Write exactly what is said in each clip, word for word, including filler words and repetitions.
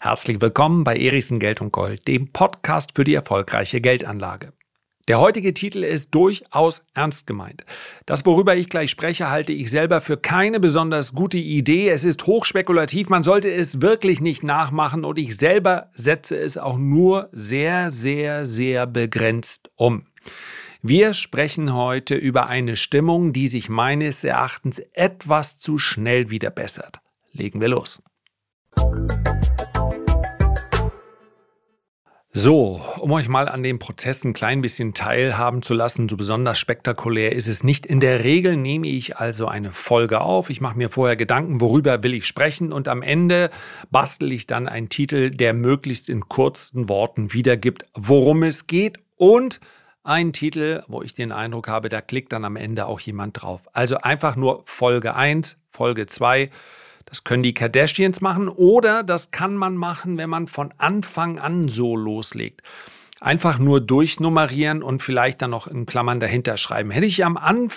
Herzlich willkommen bei Erichsen Geld und Gold, dem Podcast für die erfolgreiche Geldanlage. Der heutige Titel ist durchaus ernst gemeint. Das, worüber ich gleich spreche, halte ich selber für keine besonders gute Idee. Es ist hochspekulativ, man sollte es wirklich nicht nachmachen und ich selber setze es auch nur sehr, sehr, sehr begrenzt um. Wir sprechen heute über eine Stimmung, die sich meines Erachtens etwas zu schnell wieder bessert. Legen wir los. So, um euch mal an dem Prozess ein klein bisschen teilhaben zu lassen, so besonders spektakulär ist es nicht. In der Regel nehme ich also eine Folge auf. Ich mache mir vorher Gedanken, worüber will ich sprechen und am Ende bastel ich dann einen Titel, der möglichst in kurzen Worten wiedergibt, worum es geht und einen Titel, wo ich den Eindruck habe, da klickt dann am Ende auch jemand drauf. Also einfach nur Folge eins, Folge zwei. Das können die Kardashians machen oder das kann man machen, wenn man von Anfang an so loslegt. Einfach nur durchnummerieren und vielleicht dann noch in Klammern dahinter schreiben. Hätte ich am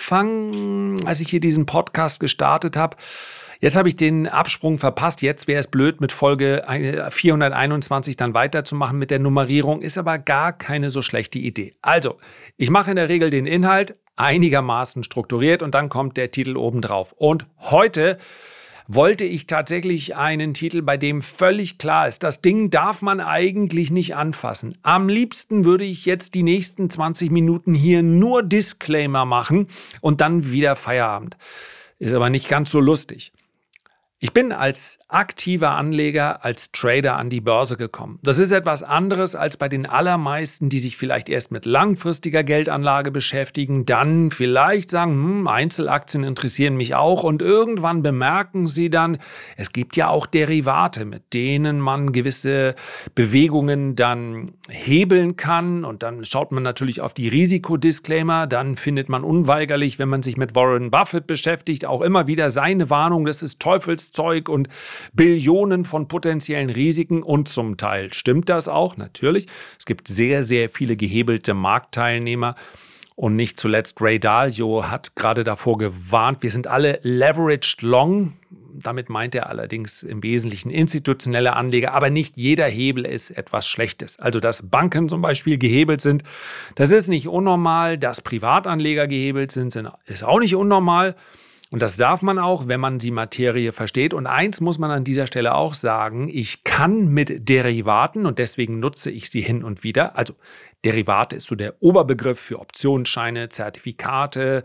Anfang, als ich hier diesen Podcast gestartet habe, jetzt habe ich den Absprung verpasst. Jetzt wäre es blöd, mit Folge vierhunderteinundzwanzig dann weiterzumachen mit der Nummerierung. Ist aber gar keine so schlechte Idee. Also, ich mache in der Regel den Inhalt einigermaßen strukturiert und dann kommt der Titel obendrauf. Und heute wollte ich tatsächlich einen Titel, bei dem völlig klar ist, das Ding darf man eigentlich nicht anfassen. Am liebsten würde ich jetzt die nächsten zwanzig Minuten hier nur Disclaimer machen und dann wieder Feierabend. Ist aber nicht ganz so lustig. Ich bin als aktiver Anleger, als Trader an die Börse gekommen. Das ist etwas anderes als bei den allermeisten, die sich vielleicht erst mit langfristiger Geldanlage beschäftigen, dann vielleicht sagen, hm, Einzelaktien interessieren mich auch und irgendwann bemerken sie dann, es gibt ja auch Derivate, mit denen man gewisse Bewegungen dann hebeln kann und dann schaut man natürlich auf die Risikodisclaimer, dann findet man unweigerlich, wenn man sich mit Warren Buffett beschäftigt, auch immer wieder seine Warnung, das ist Teufelszeug und Billionen von potenziellen Risiken und zum Teil stimmt das auch, natürlich. Es gibt sehr, sehr viele gehebelte Marktteilnehmer und nicht zuletzt Ray Dalio hat gerade davor gewarnt, wir sind alle leveraged long. Damit meint er allerdings im Wesentlichen institutionelle Anleger, aber nicht jeder Hebel ist etwas Schlechtes. Also, dass Banken zum Beispiel gehebelt sind, das ist nicht unnormal. Dass Privatanleger gehebelt sind, ist auch nicht unnormal. Und das darf man auch, wenn man die Materie versteht. Und eins muss man an dieser Stelle auch sagen, ich kann mit Derivaten, und deswegen nutze ich sie hin und wieder, also Derivate ist so der Oberbegriff für Optionsscheine, Zertifikate,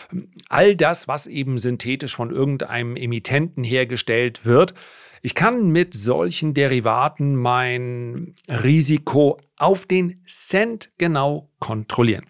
all das, was eben synthetisch von irgendeinem Emittenten hergestellt wird. Ich kann mit solchen Derivaten mein Risiko auf den Cent genau kontrollieren.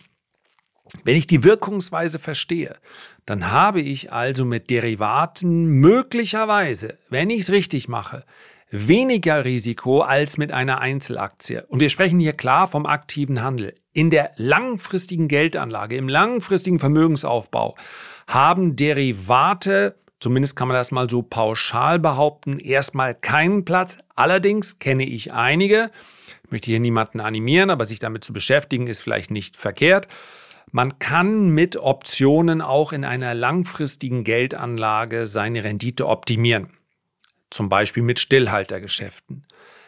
Wenn ich die Wirkungsweise verstehe, dann habe ich also mit Derivaten möglicherweise, wenn ich es richtig mache, weniger Risiko als mit einer Einzelaktie. Und wir sprechen hier klar vom aktiven Handel. In der langfristigen Geldanlage, im langfristigen Vermögensaufbau haben Derivate, zumindest kann man das mal so pauschal behaupten, erstmal keinen Platz. Allerdings kenne ich einige, ich möchte hier niemanden animieren, aber sich damit zu beschäftigen ist vielleicht nicht verkehrt. Man kann mit Optionen auch in einer langfristigen Geldanlage seine Rendite optimieren. Zum Beispiel mit Stillhaltergeschäften.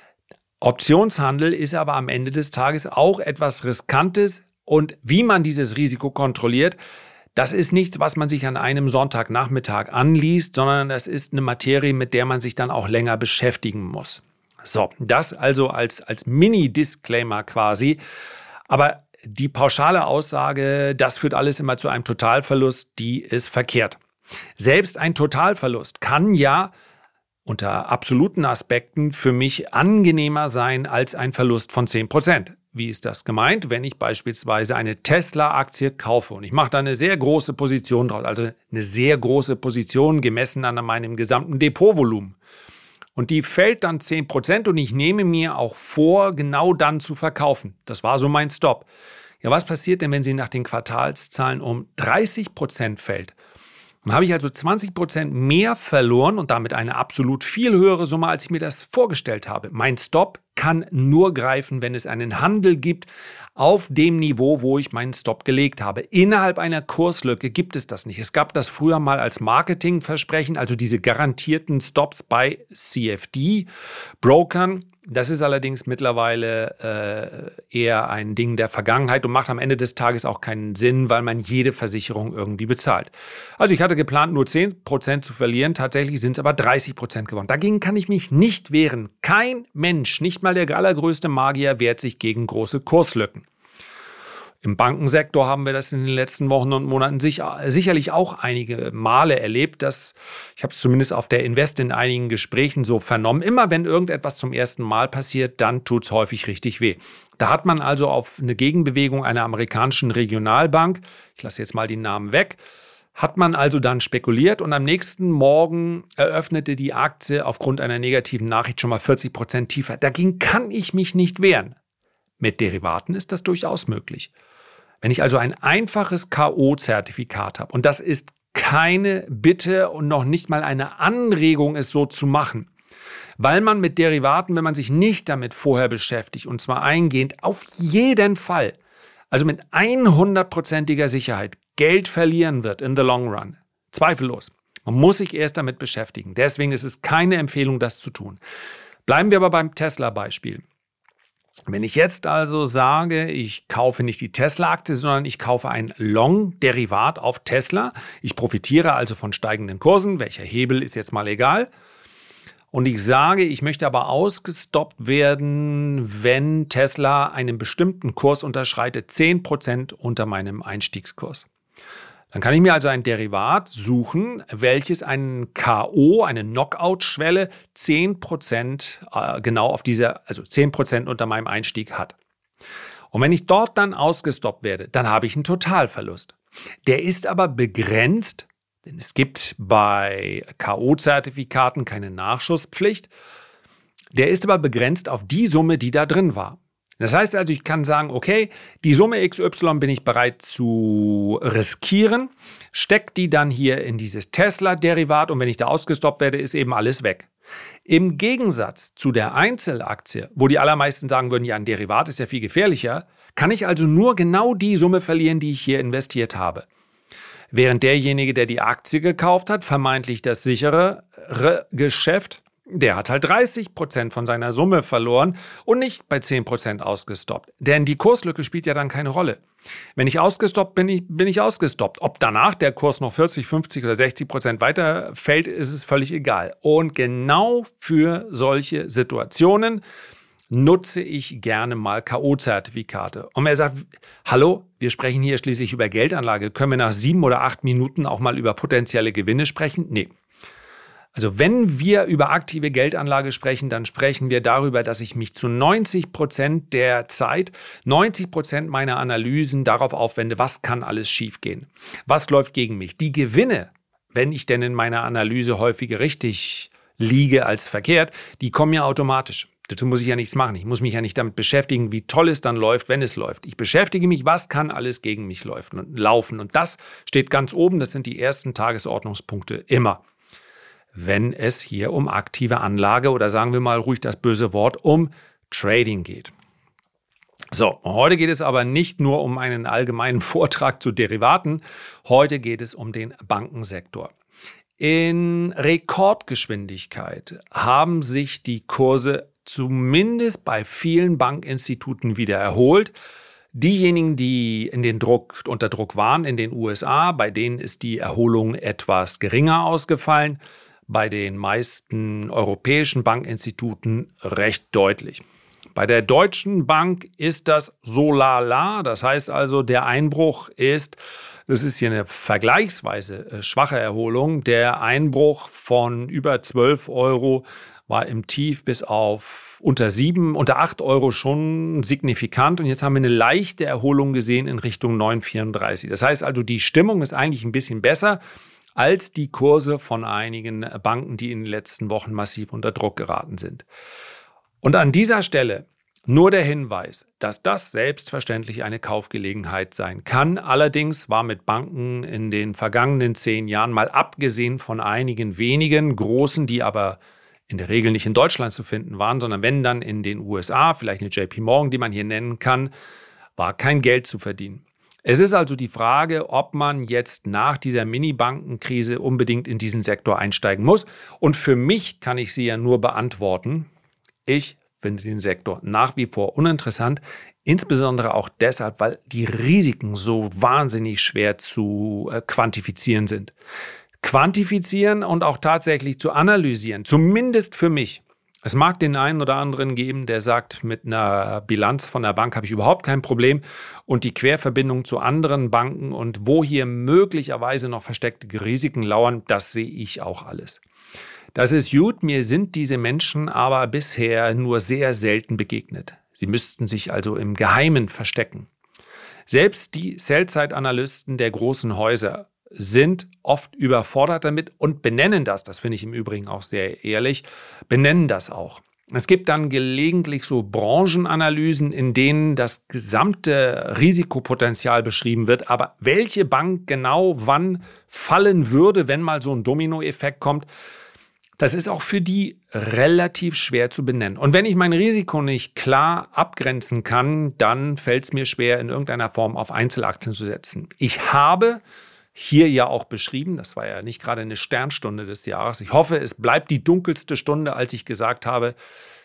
Optionshandel ist aber am Ende des Tages auch etwas Riskantes. Und wie man dieses Risiko kontrolliert, das ist nichts, was man sich an einem Sonntagnachmittag anliest, sondern das ist eine Materie, mit der man sich dann auch länger beschäftigen muss. So, das also als, als Mini-Disclaimer quasi. Aber die pauschale Aussage, das führt alles immer zu einem Totalverlust, die ist verkehrt. Selbst ein Totalverlust kann ja unter absoluten Aspekten für mich angenehmer sein als ein Verlust von zehn Prozent. Wie ist das gemeint? Wenn ich beispielsweise eine Tesla-Aktie kaufe und ich mache da eine sehr große Position draus, also eine sehr große Position gemessen an meinem gesamten Depotvolumen. Und die fällt dann zehn Prozent und ich nehme mir auch vor, genau dann zu verkaufen. Das war so mein Stop. Ja, was passiert denn, wenn sie nach den Quartalszahlen um dreißig Prozent fällt? Dann habe ich also zwanzig Prozent mehr verloren und damit eine absolut viel höhere Summe, als ich mir das vorgestellt habe. Mein Stop kann nur greifen, wenn es einen Handel gibt auf dem Niveau, wo ich meinen Stop gelegt habe. Innerhalb einer Kurslücke gibt es das nicht. Es gab das früher mal als Marketingversprechen, also diese garantierten Stops bei C F D-Brokern. Das ist allerdings mittlerweile äh, eher ein Ding der Vergangenheit und macht am Ende des Tages auch keinen Sinn, weil man jede Versicherung irgendwie bezahlt. Also ich hatte geplant, nur zehn Prozent zu verlieren, tatsächlich sind es aber dreißig Prozent geworden. Dagegen kann ich mich nicht wehren. Kein Mensch, nicht mal der allergrößte Magier, wehrt sich gegen große Kurslücken. Im Bankensektor haben wir das in den letzten Wochen und Monaten sicher, sicherlich auch einige Male erlebt, dass, ich habe es zumindest auf der Invest in einigen Gesprächen so vernommen, immer wenn irgendetwas zum ersten Mal passiert, dann tut es häufig richtig weh. Da hat man also auf eine Gegenbewegung einer amerikanischen Regionalbank, ich lasse jetzt mal die Namen weg, hat man also dann spekuliert und am nächsten Morgen eröffnete die Aktie aufgrund einer negativen Nachricht schon mal vierzig Prozent tiefer. Dagegen kann ich mich nicht wehren. Mit Derivaten ist das durchaus möglich. Wenn ich also ein einfaches K O-Zertifikat habe, und das ist keine Bitte und noch nicht mal eine Anregung, es so zu machen, weil man mit Derivaten, wenn man sich nicht damit vorher beschäftigt, und zwar eingehend, auf jeden Fall, also mit hundertprozentiger Sicherheit, Geld verlieren wird in the long run. Zweifellos. Man muss sich erst damit beschäftigen. Deswegen ist es keine Empfehlung, das zu tun. Bleiben wir aber beim Tesla-Beispiel. Wenn ich jetzt also sage, ich kaufe nicht die Tesla-Aktie, sondern ich kaufe ein Long-Derivat auf Tesla, ich profitiere also von steigenden Kursen, welcher Hebel ist jetzt mal egal, und ich sage, ich möchte aber ausgestoppt werden, wenn Tesla einen bestimmten Kurs unterschreitet, zehn Prozent unter meinem Einstiegskurs. Dann kann ich mir also ein Derivat suchen, welches einen K O, eine Knockout-Schwelle, zehn Prozent äh, genau auf dieser, also zehn Prozent unter meinem Einstieg hat. Und wenn ich dort dann ausgestoppt werde, dann habe ich einen Totalverlust. Der ist aber begrenzt, denn es gibt bei K O-Zertifikaten keine Nachschusspflicht. Der ist aber begrenzt auf die Summe, die da drin war. Das heißt also, ich kann sagen, okay, die Summe X Y bin ich bereit zu riskieren, stecke die dann hier in dieses Tesla-Derivat und wenn ich da ausgestoppt werde, ist eben alles weg. Im Gegensatz zu der Einzelaktie, wo die allermeisten sagen würden, ja, ein Derivat ist ja viel gefährlicher, kann ich also nur genau die Summe verlieren, die ich hier investiert habe. Während derjenige, der die Aktie gekauft hat, vermeintlich das sichere Geschäft, der hat halt dreißig Prozent von seiner Summe verloren und nicht bei zehn Prozent ausgestoppt. Denn die Kurslücke spielt ja dann keine Rolle. Wenn ich ausgestoppt bin, ich, bin ich ausgestoppt. Ob danach der Kurs noch vierzig, fünfzig oder sechzig Prozent weiterfällt, ist es völlig egal. Und genau für solche Situationen nutze ich gerne mal K O-Zertifikate. Und wer sagt, hallo, wir sprechen hier schließlich über Geldanlage, können wir nach sieben oder acht Minuten auch mal über potenzielle Gewinne sprechen? Nee. Also wenn wir über aktive Geldanlage sprechen, dann sprechen wir darüber, dass ich mich zu neunzig Prozent der Zeit, neunzig Prozent meiner Analysen darauf aufwende, was kann alles schiefgehen? Was läuft gegen mich? Die Gewinne, wenn ich denn in meiner Analyse häufiger richtig liege als verkehrt, die kommen ja automatisch. Dazu muss ich ja nichts machen. Ich muss mich ja nicht damit beschäftigen, wie toll es dann läuft, wenn es läuft. Ich beschäftige mich, was kann alles gegen mich laufen. Und das steht ganz oben, das sind die ersten Tagesordnungspunkte immer. Wenn es hier um aktive Anlage oder sagen wir mal ruhig das böse Wort, um Trading geht. So, heute geht es aber nicht nur um einen allgemeinen Vortrag zu Derivaten, heute geht es um den Bankensektor. In Rekordgeschwindigkeit haben sich die Kurse zumindest bei vielen Bankinstituten wieder erholt. Diejenigen, die in den Druck, unter Druck waren in den U S A, bei denen ist die Erholung etwas geringer ausgefallen. Bei den meisten europäischen Bankinstituten recht deutlich. Bei der Deutschen Bank ist das so lala, das heißt also, der Einbruch ist, das ist hier eine vergleichsweise schwache Erholung, der Einbruch von über zwölf Euro war im Tief bis auf unter sieben, unter acht Euro schon signifikant und jetzt haben wir eine leichte Erholung gesehen in Richtung neun Komma vierunddreißig. Das heißt also, die Stimmung ist eigentlich ein bisschen besser als die Kurse von einigen Banken, die in den letzten Wochen massiv unter Druck geraten sind. Und an dieser Stelle nur der Hinweis, dass das selbstverständlich eine Kaufgelegenheit sein kann. Allerdings war mit Banken in den vergangenen zehn Jahren, mal abgesehen von einigen wenigen großen, die aber in der Regel nicht in Deutschland zu finden waren, sondern wenn dann in den U S A, vielleicht eine J P Morgan, die man hier nennen kann, war kein Geld zu verdienen. Es ist also die Frage, ob man jetzt nach dieser Mini-Bankenkrise unbedingt in diesen Sektor einsteigen muss. Und für mich kann ich sie ja nur beantworten. Ich finde den Sektor nach wie vor uninteressant. Insbesondere auch deshalb, weil die Risiken so wahnsinnig schwer zu äh, quantifizieren sind. Quantifizieren und auch tatsächlich zu analysieren, zumindest für mich. Es mag den einen oder anderen geben, der sagt, mit einer Bilanz von der Bank habe ich überhaupt kein Problem und die Querverbindung zu anderen Banken und wo hier möglicherweise noch versteckte Risiken lauern, das sehe ich auch alles. Das ist gut, mir sind diese Menschen aber bisher nur sehr selten begegnet. Sie müssten sich also im Geheimen verstecken. Selbst die Sell-Side-Analysten der großen Häuser sind oft überfordert damit und benennen das, das finde ich im Übrigen auch sehr ehrlich, benennen das auch. Es gibt dann gelegentlich so Branchenanalysen, in denen das gesamte Risikopotenzial beschrieben wird, aber welche Bank genau wann fallen würde, wenn mal so ein Dominoeffekt kommt, das ist auch für die relativ schwer zu benennen. Und wenn ich mein Risiko nicht klar abgrenzen kann, dann fällt es mir schwer, in irgendeiner Form auf Einzelaktien zu setzen. Ich habe hier ja auch beschrieben, das war ja nicht gerade eine Sternstunde des Jahres. Ich hoffe, es bleibt die dunkelste Stunde, als ich gesagt habe,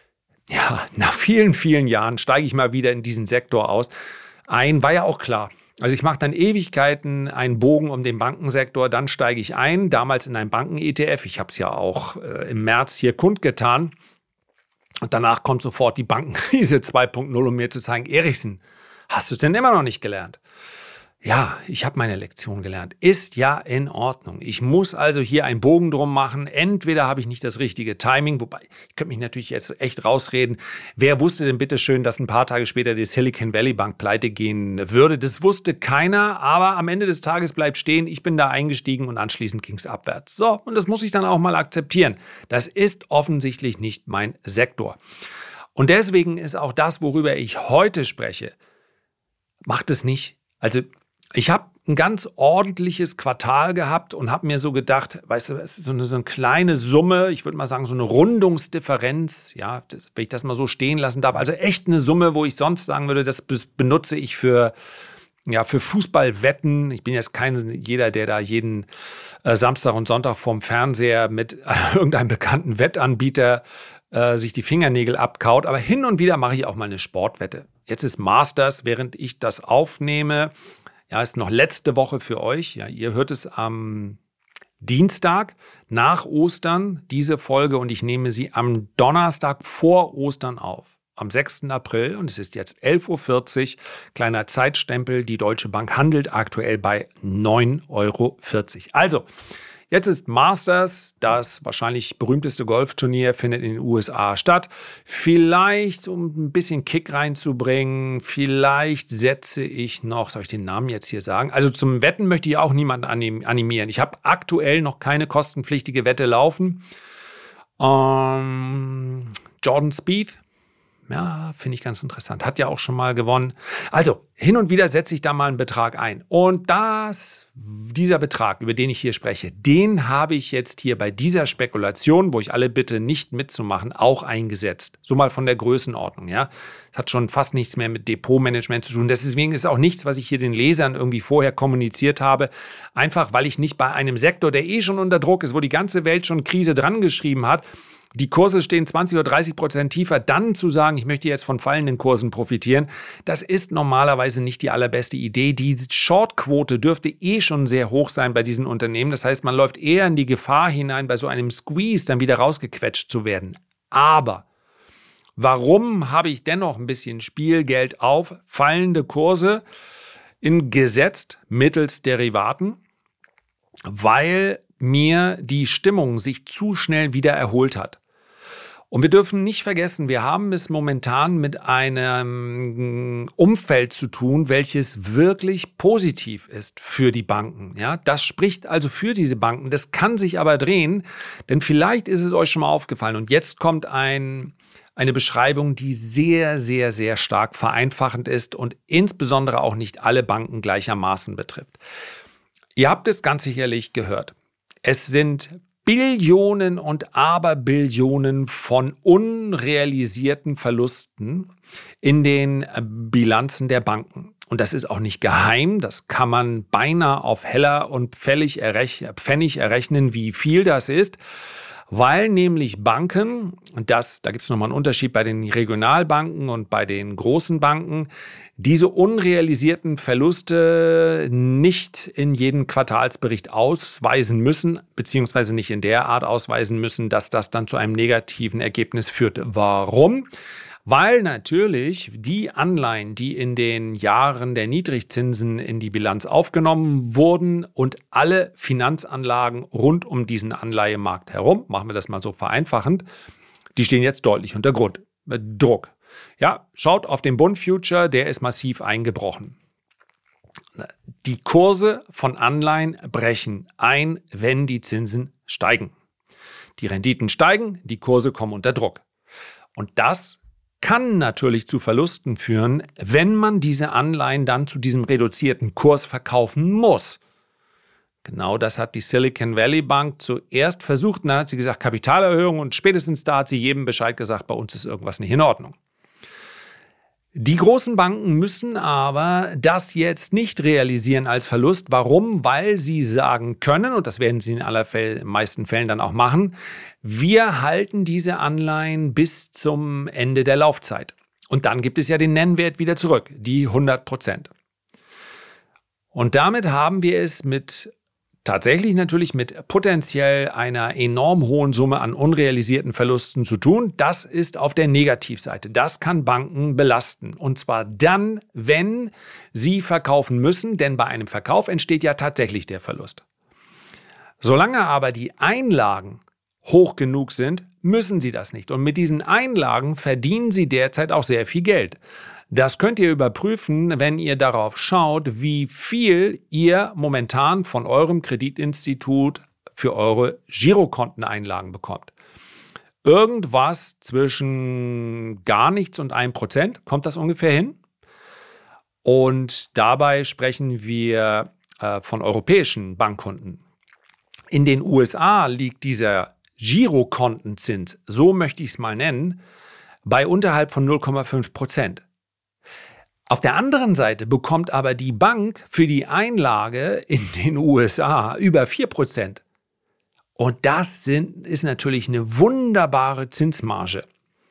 ja, nach vielen, vielen Jahren steige ich mal wieder in diesen Sektor aus. Ein, war ja auch klar. Also ich mache dann Ewigkeiten einen Bogen um den Bankensektor, dann steige ich ein, damals in einen Banken-E T F. Ich habe es ja auch äh, im März hier kundgetan. Und danach kommt sofort die Bankenkrise zwei Punkt null, um mir zu zeigen, Erichsen, hast du es denn immer noch nicht gelernt? Ja, ich habe meine Lektion gelernt. Ist ja in Ordnung. Ich muss also hier einen Bogen drum machen. Entweder habe ich nicht das richtige Timing, wobei ich könnte mich natürlich jetzt echt rausreden. Wer wusste denn bitte schön, dass ein paar Tage später die Silicon Valley Bank pleite gehen würde? Das wusste keiner, aber am Ende des Tages bleibt stehen, ich bin da eingestiegen und anschließend ging es abwärts. So, und das muss ich dann auch mal akzeptieren. Das ist offensichtlich nicht mein Sektor. Und deswegen ist auch das, worüber ich heute spreche, macht es nicht. Also ich habe ein ganz ordentliches Quartal gehabt und habe mir so gedacht, weißt du, es ist so eine, so eine kleine Summe, ich würde mal sagen so eine Rundungsdifferenz, ja, das, wenn ich das mal so stehen lassen darf, also echt eine Summe, wo ich sonst sagen würde, das benutze ich für, ja, für Fußballwetten. Ich bin jetzt kein jeder, der da jeden äh, Samstag und Sonntag vorm Fernseher mit äh, irgendeinem bekannten Wettanbieter äh, sich die Fingernägel abkaut, aber hin und wieder mache ich auch mal eine Sportwette. Jetzt ist Masters, während ich das aufnehme. Ja, ist noch letzte Woche für euch. Ja, ihr hört es am Dienstag nach Ostern, diese Folge, und ich nehme sie am Donnerstag vor Ostern auf, am sechsten April. Und es ist jetzt elf Uhr vierzig, kleiner Zeitstempel. Die Deutsche Bank handelt aktuell bei neun Euro vierzig. Also, jetzt ist Masters, das wahrscheinlich berühmteste Golfturnier, findet in den U S A statt. Vielleicht, um ein bisschen Kick reinzubringen, vielleicht setze ich noch, soll ich den Namen jetzt hier sagen? Also zum Wetten möchte ich auch niemanden animieren. Ich habe aktuell noch keine kostenpflichtige Wette laufen. Ähm, Jordan Spieth. Ja, finde ich ganz interessant. Hat ja auch schon mal gewonnen. Also, hin und wieder setze ich da mal einen Betrag ein. Und das, dieser Betrag, über den ich hier spreche, den habe ich jetzt hier bei dieser Spekulation, wo ich alle bitte, nicht mitzumachen, auch eingesetzt. So mal von der Größenordnung, ja. Das hat schon fast nichts mehr mit Depotmanagement zu tun. Deswegen ist auch nichts, was ich hier den Lesern irgendwie vorher kommuniziert habe. Einfach, weil ich nicht bei einem Sektor, der eh schon unter Druck ist, wo die ganze Welt schon Krise dran geschrieben hat, die Kurse stehen zwanzig oder dreißig Prozent tiefer, dann zu sagen, ich möchte jetzt von fallenden Kursen profitieren, das ist normalerweise nicht die allerbeste Idee. Die Shortquote dürfte eh schon sehr hoch sein bei diesen Unternehmen. Das heißt, man läuft eher in die Gefahr hinein, bei so einem Squeeze dann wieder rausgequetscht zu werden. Aber warum habe ich dennoch ein bisschen Spielgeld auf fallende Kurse in gesetzt mittels Derivaten? Weil mir die Stimmung sich zu schnell wieder erholt hat. Und wir dürfen nicht vergessen, wir haben es momentan mit einem Umfeld zu tun, welches wirklich positiv ist für die Banken. Ja, das spricht also für diese Banken. Das kann sich aber drehen, denn vielleicht ist es euch schon mal aufgefallen. Und jetzt kommt ein, eine Beschreibung, die sehr, sehr, sehr stark vereinfachend ist und insbesondere auch nicht alle Banken gleichermaßen betrifft. Ihr habt es ganz sicherlich gehört. Es sind Billionen und Aberbillionen von unrealisierten Verlusten in den Bilanzen der Banken. Und das ist auch nicht geheim, das kann man beinahe auf Heller und Pfennig errechnen, wie viel das ist. Weil nämlich Banken, und das, da gibt es nochmal einen Unterschied bei den Regionalbanken und bei den großen Banken, diese unrealisierten Verluste nicht in jedem Quartalsbericht ausweisen müssen, beziehungsweise nicht in der Art ausweisen müssen, dass das dann zu einem negativen Ergebnis führt. Warum? Weil natürlich die Anleihen, die in den Jahren der Niedrigzinsen in die Bilanz aufgenommen wurden und alle Finanzanlagen rund um diesen Anleihemarkt herum, machen wir das mal so vereinfachend, die stehen jetzt deutlich unter Grund, äh, Druck. Ja, schaut auf den Bund Future, der ist massiv eingebrochen. Die Kurse von Anleihen brechen ein, wenn die Zinsen steigen. Die Renditen steigen, die Kurse kommen unter Druck. Und das kann natürlich zu Verlusten führen, wenn man diese Anleihen dann zu diesem reduzierten Kurs verkaufen muss. Genau das hat die Silicon Valley Bank zuerst versucht. Und dann hat sie gesagt, Kapitalerhöhung, und spätestens da hat sie jedem Bescheid gesagt, bei uns ist irgendwas nicht in Ordnung. Die großen Banken müssen aber das jetzt nicht realisieren als Verlust. Warum? Weil sie sagen können, und das werden sie in aller Fälle, meisten Fällen dann auch machen, wir halten diese Anleihen bis zum Ende der Laufzeit. Und dann gibt es ja den Nennwert wieder zurück, die hundert Prozent. Und damit haben wir es mit tatsächlich natürlich mit potenziell einer enorm hohen Summe an unrealisierten Verlusten zu tun. Das ist auf der Negativseite. Das kann Banken belasten. Und zwar dann, wenn sie verkaufen müssen, denn bei einem Verkauf entsteht ja tatsächlich der Verlust. Solange aber die Einlagen hoch genug sind, müssen sie das nicht. Und mit diesen Einlagen verdienen sie derzeit auch sehr viel Geld. Das könnt ihr überprüfen, wenn ihr darauf schaut, wie viel ihr momentan von eurem Kreditinstitut für eure Girokonteneinlagen bekommt. Irgendwas zwischen gar nichts und einem Prozent kommt das ungefähr hin. Und dabei sprechen wir äh, von europäischen Bankkunden. In den U S A liegt dieser Girokontenzins, so möchte ich es mal nennen, bei unterhalb von null Komma fünf Prozent. Auf der anderen Seite bekommt aber die Bank für die Einlage in den U S A über vier Prozent. Und das sind, ist natürlich eine wunderbare Zinsmarge.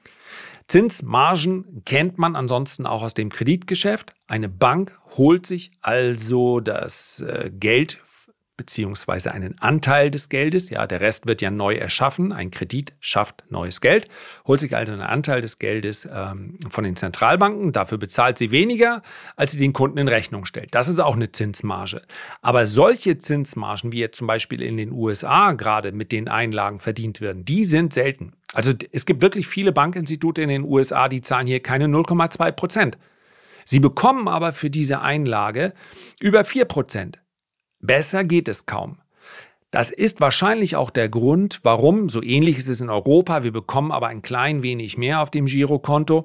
Zinsmargen kennt man ansonsten auch aus dem Kreditgeschäft. Eine Bank holt sich also das äh, Geld beziehungsweise einen Anteil des Geldes, ja, der Rest wird ja neu erschaffen, ein Kredit schafft neues Geld, holt sich also einen Anteil des Geldes ähm, von den Zentralbanken, dafür bezahlt sie weniger, als sie den Kunden in Rechnung stellt. Das ist auch eine Zinsmarge. Aber solche Zinsmargen, wie jetzt zum Beispiel in den U S A gerade mit den Einlagen verdient werden, die sind selten. Also es gibt wirklich viele Bankinstitute in den U S A, die zahlen hier keine null Komma zwei Prozent. Sie bekommen aber für diese Einlage über vier Prozent. Besser geht es kaum. Das ist wahrscheinlich auch der Grund, warum, so ähnlich ist es in Europa, wir bekommen aber ein klein wenig mehr auf dem Girokonto.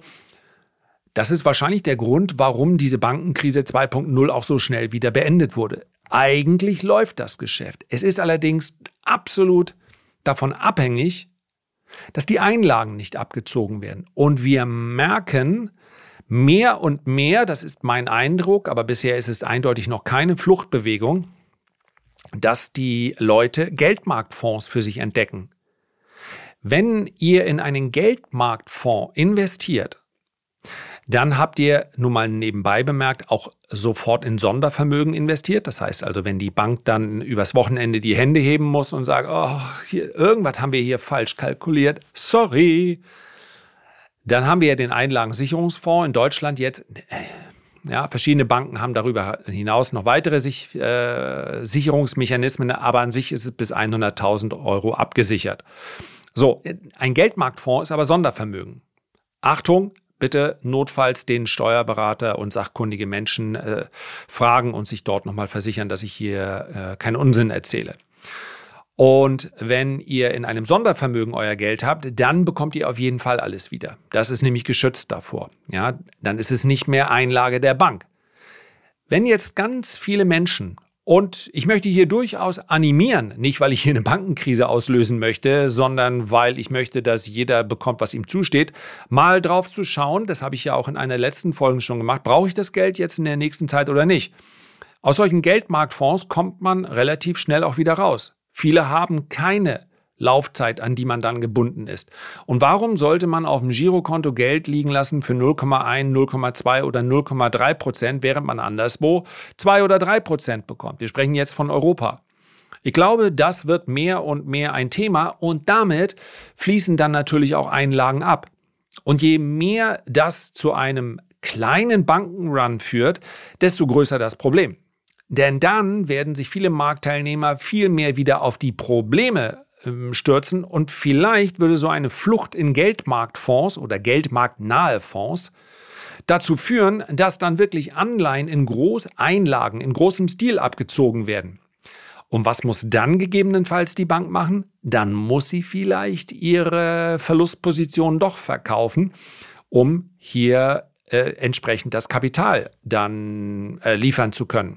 Das ist wahrscheinlich der Grund, warum diese Bankenkrise zwei Punkt null auch so schnell wieder beendet wurde. Eigentlich läuft das Geschäft. Es ist allerdings absolut davon abhängig, dass die Einlagen nicht abgezogen werden. Und wir merken mehr und mehr, das ist mein Eindruck, aber bisher ist es eindeutig noch keine Fluchtbewegung, dass die Leute Geldmarktfonds für sich entdecken. Wenn ihr in einen Geldmarktfonds investiert, dann habt ihr, nun mal nebenbei bemerkt, auch sofort in Sondervermögen investiert. Das heißt also, wenn die Bank dann übers Wochenende die Hände heben muss und sagt, oh, hier, irgendwas haben wir hier falsch kalkuliert, sorry, dann haben wir ja den Einlagensicherungsfonds in Deutschland jetzt. Ja, verschiedene Banken haben darüber hinaus noch weitere Sich, äh, Sicherungsmechanismen, aber an sich ist es bis hunderttausend Euro abgesichert. So, ein Geldmarktfonds ist aber Sondervermögen. Achtung, bitte notfalls den Steuerberater und sachkundige Menschen äh, fragen und sich dort nochmal versichern, dass ich hier äh, keinen Unsinn erzähle. Und wenn ihr in einem Sondervermögen euer Geld habt, dann bekommt ihr auf jeden Fall alles wieder. Das ist nämlich geschützt davor. Ja, dann ist es nicht mehr Einlage der Bank. Wenn jetzt ganz viele Menschen, und ich möchte hier durchaus animieren, nicht weil ich hier eine Bankenkrise auslösen möchte, sondern weil ich möchte, dass jeder bekommt, was ihm zusteht, mal drauf zu schauen, das habe ich ja auch in einer letzten Folge schon gemacht, brauche ich das Geld jetzt in der nächsten Zeit oder nicht? Aus solchen Geldmarktfonds kommt man relativ schnell auch wieder raus. Viele haben keine Laufzeit, an die man dann gebunden ist. Und warum sollte man auf dem Girokonto Geld liegen lassen für null Komma eins, null Komma zwei oder null Komma drei Prozent, während man anderswo zwei oder drei Prozent bekommt? Wir sprechen jetzt von Europa. Ich glaube, das wird mehr und mehr ein Thema und damit fließen dann natürlich auch Einlagen ab. Und je mehr das zu einem kleinen Bankenrun führt, desto größer das Problem. Denn dann werden sich viele Marktteilnehmer viel mehr wieder auf die Probleme ähm, stürzen und vielleicht würde so eine Flucht in Geldmarktfonds oder geldmarktnahe Fonds dazu führen, dass dann wirklich Anleihen in Großeinlagen, in großem Stil abgezogen werden. Und was muss dann gegebenenfalls die Bank machen? Dann muss sie vielleicht ihre Verlustposition doch verkaufen, um hier äh, entsprechend das Kapital dann äh, liefern zu können.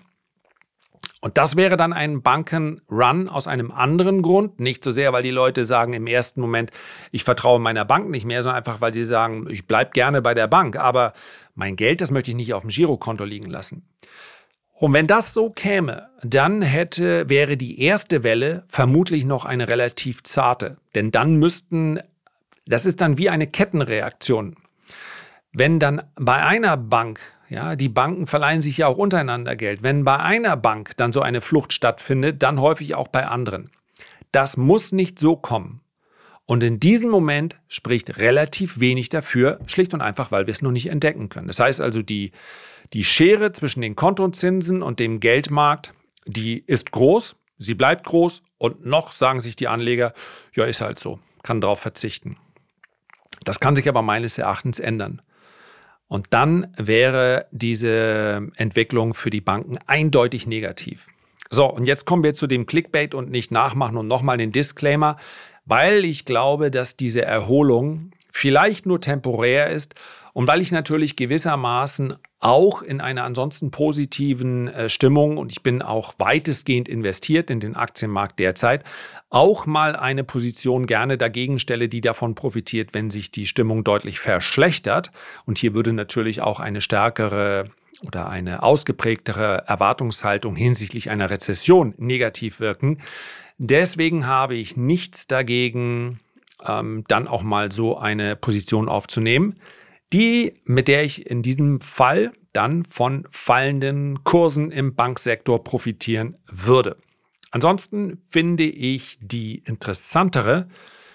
Und das wäre dann ein Bankenrun aus einem anderen Grund. Nicht so sehr, weil die Leute sagen im ersten Moment, ich vertraue meiner Bank nicht mehr, sondern einfach, weil sie sagen, ich bleibe gerne bei der Bank, aber mein Geld, das möchte ich nicht auf dem Girokonto liegen lassen. Und wenn das so käme, dann hätte, wäre die erste Welle vermutlich noch eine relativ zarte. Denn dann müssten, das ist dann wie eine Kettenreaktion. Wenn dann bei einer Bank, ja, die Banken verleihen sich ja auch untereinander Geld, wenn bei einer Bank dann so eine Flucht stattfindet, dann häufig auch bei anderen. Das muss nicht so kommen. Und in diesem Moment spricht relativ wenig dafür, schlicht und einfach, weil wir es noch nicht entdecken können. Das heißt also, die, die Schere zwischen den Kontozinsen und dem Geldmarkt, die ist groß, sie bleibt groß und noch sagen sich die Anleger, ja, ist halt so, kann darauf verzichten. Das kann sich aber meines Erachtens ändern. Und dann wäre diese Entwicklung für die Banken eindeutig negativ. So, und jetzt kommen wir zu dem Clickbait und nicht nachmachen und nochmal den Disclaimer, weil ich glaube, dass diese Erholung vielleicht nur temporär ist und weil ich natürlich gewissermaßen auch in einer ansonsten positiven äh, Stimmung, und ich bin auch weitestgehend investiert in den Aktienmarkt derzeit, auch mal eine Position gerne dagegen stelle, die davon profitiert, wenn sich die Stimmung deutlich verschlechtert. Und hier würde natürlich auch eine stärkere oder eine ausgeprägtere Erwartungshaltung hinsichtlich einer Rezession negativ wirken. Deswegen habe ich nichts dagegen, ähm, dann auch mal so eine Position aufzunehmen, die, mit der ich in diesem Fall dann von fallenden Kursen im Banksektor profitieren würde. Ansonsten finde ich die interessantere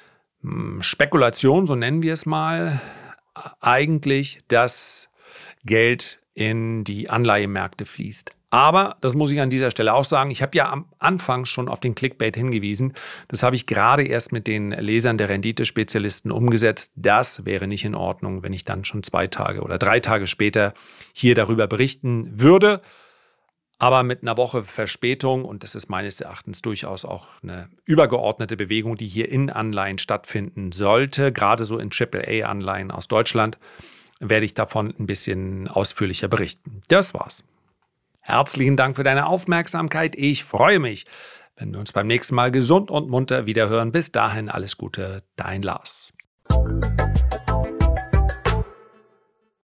mh, Spekulation, so nennen wir es mal, eigentlich, dass Geld in die Anleihemärkte fließt. Aber, das muss ich an dieser Stelle auch sagen, ich habe ja am Anfang schon auf den Clickbait hingewiesen. Das habe ich gerade erst mit den Lesern der Renditespezialisten umgesetzt. Das wäre nicht in Ordnung, wenn ich dann schon zwei Tage oder drei Tage später hier darüber berichten würde. Aber mit einer Woche Verspätung, und das ist meines Erachtens durchaus auch eine übergeordnete Bewegung, die hier in Anleihen stattfinden sollte, gerade so in Triple A Anleihen aus Deutschland, werde ich davon ein bisschen ausführlicher berichten. Das war's. Herzlichen Dank für deine Aufmerksamkeit. Ich freue mich, wenn wir uns beim nächsten Mal gesund und munter wiederhören. Bis dahin alles Gute, dein Lars.